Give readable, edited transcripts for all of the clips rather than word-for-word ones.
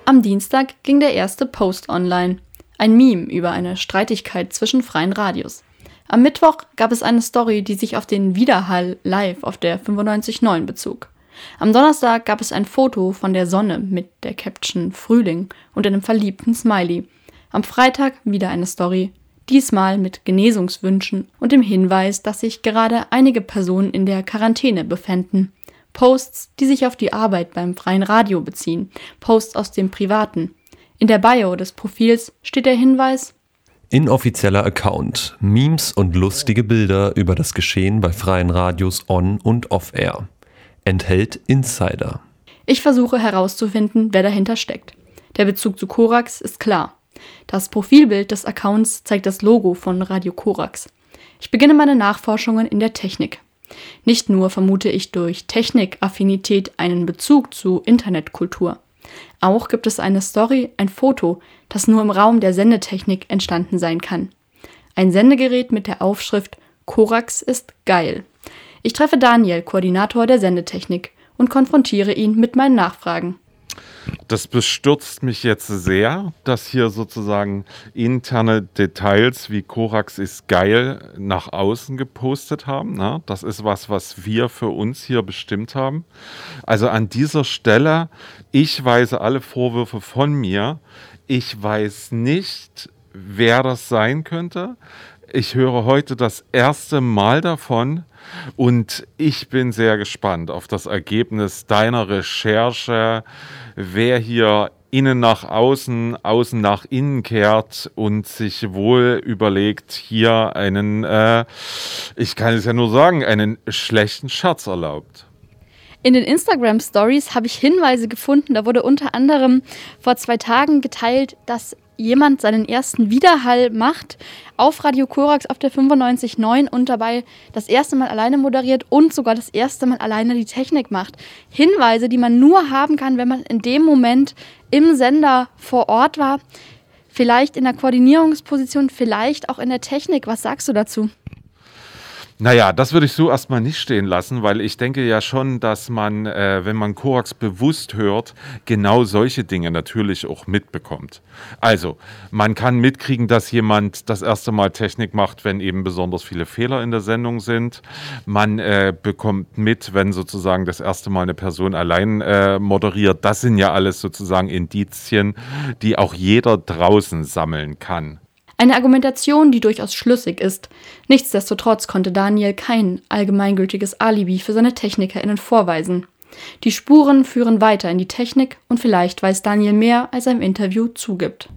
Am Dienstag ging der erste Post online. Ein Meme über eine Streitigkeit zwischen freien Radios. Am Mittwoch gab es eine Story, die sich auf den Widerhall live auf der 95.9 bezog. Am Donnerstag gab es ein Foto von der Sonne mit der Caption Frühling und einem verliebten Smiley. Am Freitag wieder eine Story, diesmal mit Genesungswünschen und dem Hinweis, dass sich gerade einige Personen in der Quarantäne befänden. Posts, die sich auf die Arbeit beim freien Radio beziehen, Posts aus dem Privaten. In der Bio des Profils steht der Hinweis: Inoffizieller Account, Memes und lustige Bilder über das Geschehen bei freien Radios on- und off-air. Enthält Insider. Ich versuche herauszufinden, wer dahinter steckt. Der Bezug zu Korax ist klar. Das Profilbild des Accounts zeigt das Logo von Radio Korax. Ich beginne meine Nachforschungen in der Technik. Nicht nur vermute ich durch Technikaffinität einen Bezug zu Internetkultur. Auch gibt es eine Story, ein Foto, das nur im Raum der Sendetechnik entstanden sein kann. Ein Sendegerät mit der Aufschrift Korax ist geil. Ich treffe Daniel, Koordinator der Sendetechnik, und konfrontiere ihn mit meinen Nachfragen. Das bestürzt mich jetzt sehr, dass hier sozusagen interne Details wie Korax ist geil nach außen gepostet haben. Ne? Das ist was wir für uns hier bestimmt haben. Also an dieser Stelle, ich weise alle Vorwürfe von mir. Ich weiß nicht, wer das sein könnte. Ich höre heute das erste Mal davon und ich bin sehr gespannt auf das Ergebnis deiner Recherche, wer hier innen nach außen, außen nach innen kehrt und sich wohl überlegt, hier einen, ich kann es ja nur sagen, einen schlechten Scherz erlaubt. In den Instagram-Stories habe ich Hinweise gefunden, da wurde unter anderem vor 2 Tagen geteilt, dass jemand seinen ersten Widerhall macht auf Radio Korax auf der 95.9 und dabei das erste Mal alleine moderiert und sogar das erste Mal alleine die Technik macht. Hinweise, die man nur haben kann, wenn man in dem Moment im Sender vor Ort war. Vielleicht in der Koordinierungsposition, vielleicht auch in der Technik. Was sagst du dazu? Naja, das würde ich so erstmal nicht stehen lassen, weil ich denke ja schon, dass man, wenn man Korax bewusst hört, genau solche Dinge natürlich auch mitbekommt. Also, man kann mitkriegen, dass jemand das erste Mal Technik macht, wenn eben besonders viele Fehler in der Sendung sind. Man bekommt mit, wenn sozusagen das erste Mal eine Person allein moderiert. Das sind ja alles sozusagen Indizien, die auch jeder draußen sammeln kann. Eine Argumentation, die durchaus schlüssig ist. Nichtsdestotrotz konnte Daniel kein allgemeingültiges Alibi für seine TechnikerInnen vorweisen. Die Spuren führen weiter in die Technik und vielleicht weiß Daniel mehr, als er im Interview zugibt.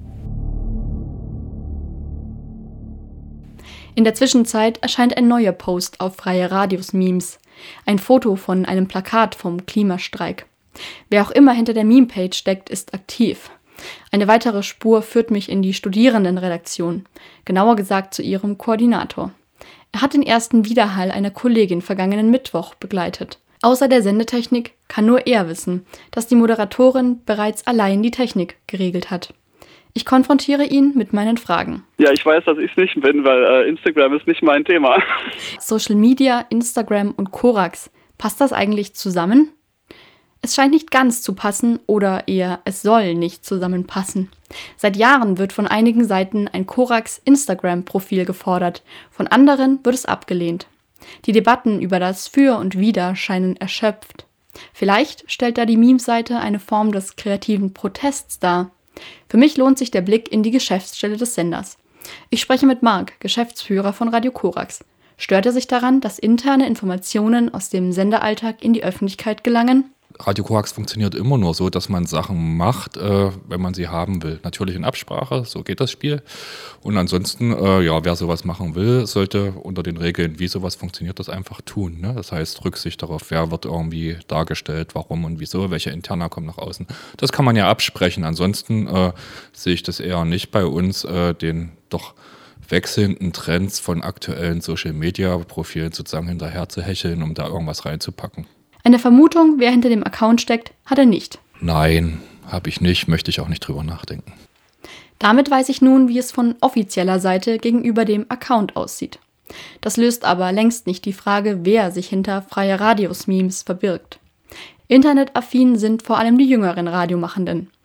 In der Zwischenzeit erscheint ein neuer Post auf Freie Radios Memes. Ein Foto von einem Plakat vom Klimastreik. Wer auch immer hinter der Meme-Page steckt, ist aktiv. Eine weitere Spur führt mich in die Studierendenredaktion, genauer gesagt zu ihrem Koordinator. Er hat den ersten Widerhall einer Kollegin vergangenen Mittwoch begleitet. Außer der Sendetechnik kann nur er wissen, dass die Moderatorin bereits allein die Technik geregelt hat. Ich konfrontiere ihn mit meinen Fragen. Ja, ich weiß, dass ich es nicht bin, weil Instagram ist nicht mein Thema. Social Media, Instagram und Korax, passt das eigentlich zusammen? Es scheint nicht ganz zu passen oder eher, es soll nicht zusammenpassen. Seit Jahren wird von einigen Seiten ein Korax-Instagram-Profil gefordert, von anderen wird es abgelehnt. Die Debatten über das Für und Wider scheinen erschöpft. Vielleicht stellt da die Meme-Seite eine Form des kreativen Protests dar. Für mich lohnt sich der Blick in die Geschäftsstelle des Senders. Ich spreche mit Marc, Geschäftsführer von Radio Korax. Stört er sich daran, dass interne Informationen aus dem Senderalltag in die Öffentlichkeit gelangen? Radio Korax funktioniert immer nur so, dass man Sachen macht, wenn man sie haben will. Natürlich in Absprache, so geht das Spiel. Und ansonsten, wer sowas machen will, sollte unter den Regeln, wie sowas funktioniert, das einfach tun. Ne? Das heißt, Rücksicht darauf, wer wird irgendwie dargestellt, warum und wieso, welche Interna kommen nach außen. Das kann man ja absprechen. Ansonsten sehe ich das eher nicht bei uns, den doch wechselnden Trends von aktuellen Social-Media-Profilen sozusagen hinterher zu hecheln, um da irgendwas reinzupacken. Eine Vermutung, wer hinter dem Account steckt, hat er nicht. Nein, habe ich nicht, möchte ich auch nicht drüber nachdenken. Damit weiß ich nun, wie es von offizieller Seite gegenüber dem Account aussieht. Das löst aber längst nicht die Frage, wer sich hinter Freie Radios Memes verbirgt. Internetaffin sind vor allem die jüngeren Radiomachenden.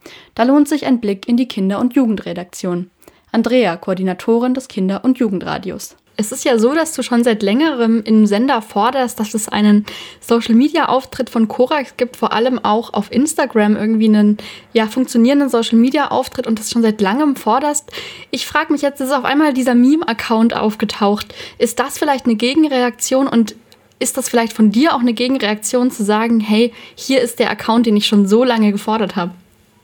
Da lohnt sich ein Blick in die Kinder- und Jugendredaktion. Andrea, Koordinatorin des Kinder- und Jugendradios. Es ist ja so, dass du schon seit längerem im Sender forderst, dass es einen Social-Media-Auftritt von Korax gibt, vor allem auch auf Instagram irgendwie einen funktionierenden Social-Media-Auftritt und das schon seit langem forderst. Ich frage mich jetzt, ist auf einmal dieser Meme-Account aufgetaucht. Ist das vielleicht eine Gegenreaktion und ist das vielleicht von dir auch eine Gegenreaktion zu sagen, hey, hier ist der Account, den ich schon so lange gefordert habe?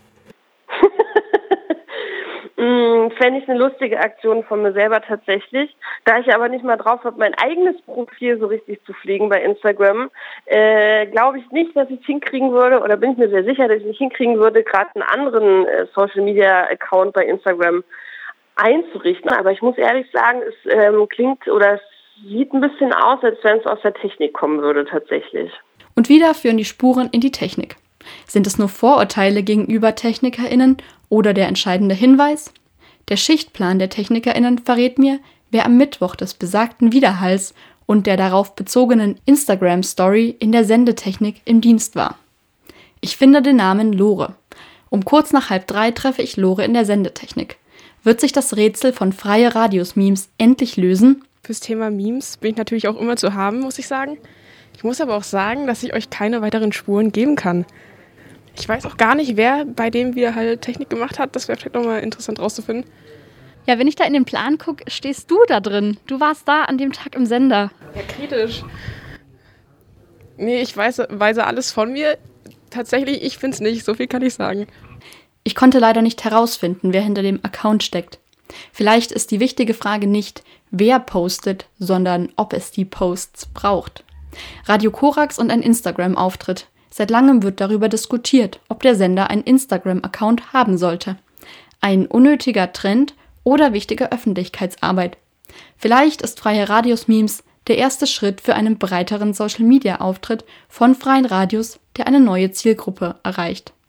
Fände ich eine lustige Aktion von mir selber tatsächlich. Da ich aber nicht mal drauf habe, mein eigenes Profil so richtig zu pflegen bei Instagram, glaube ich nicht, dass ich es hinkriegen würde, oder bin ich mir sehr sicher, dass ich nicht hinkriegen würde, gerade einen anderen Social-Media-Account bei Instagram einzurichten. Aber ich muss ehrlich sagen, es klingt oder es sieht ein bisschen aus, als wenn es aus der Technik kommen würde tatsächlich. Und wieder führen die Spuren in die Technik. Sind es nur Vorurteile gegenüber TechnikerInnen oder der entscheidende Hinweis? Der Schichtplan der TechnikerInnen verrät mir, wer am Mittwoch des besagten Widerhalls und der darauf bezogenen Instagram-Story in der Sendetechnik im Dienst war. Ich finde den Namen Lore. Um kurz nach 2:30 treffe ich Lore in der Sendetechnik. Wird sich das Rätsel von Freie Radios-Memes endlich lösen? Fürs Thema Memes bin ich natürlich auch immer zu haben, muss ich sagen. Ich muss aber auch sagen, dass ich euch keine weiteren Spuren geben kann. Ich weiß auch gar nicht, wer bei dem Widerhall Technik gemacht hat. Das wäre vielleicht nochmal interessant rauszufinden. Ja, wenn ich da in den Plan gucke, stehst du da drin. Du warst da an dem Tag im Sender. Ja, kritisch. Nee, ich weise alles von mir. Tatsächlich, ich bin's nicht. So viel kann ich sagen. Ich konnte leider nicht herausfinden, wer hinter dem Account steckt. Vielleicht ist die wichtige Frage nicht, wer postet, sondern ob es die Posts braucht. Radio Korax und ein Instagram-Auftritt. Seit langem wird darüber diskutiert, ob der Sender einen Instagram-Account haben sollte. Ein unnötiger Trend oder wichtige Öffentlichkeitsarbeit. Vielleicht ist Freie Radios Memes der erste Schritt für einen breiteren Social-Media-Auftritt von freien Radios, der eine neue Zielgruppe erreicht.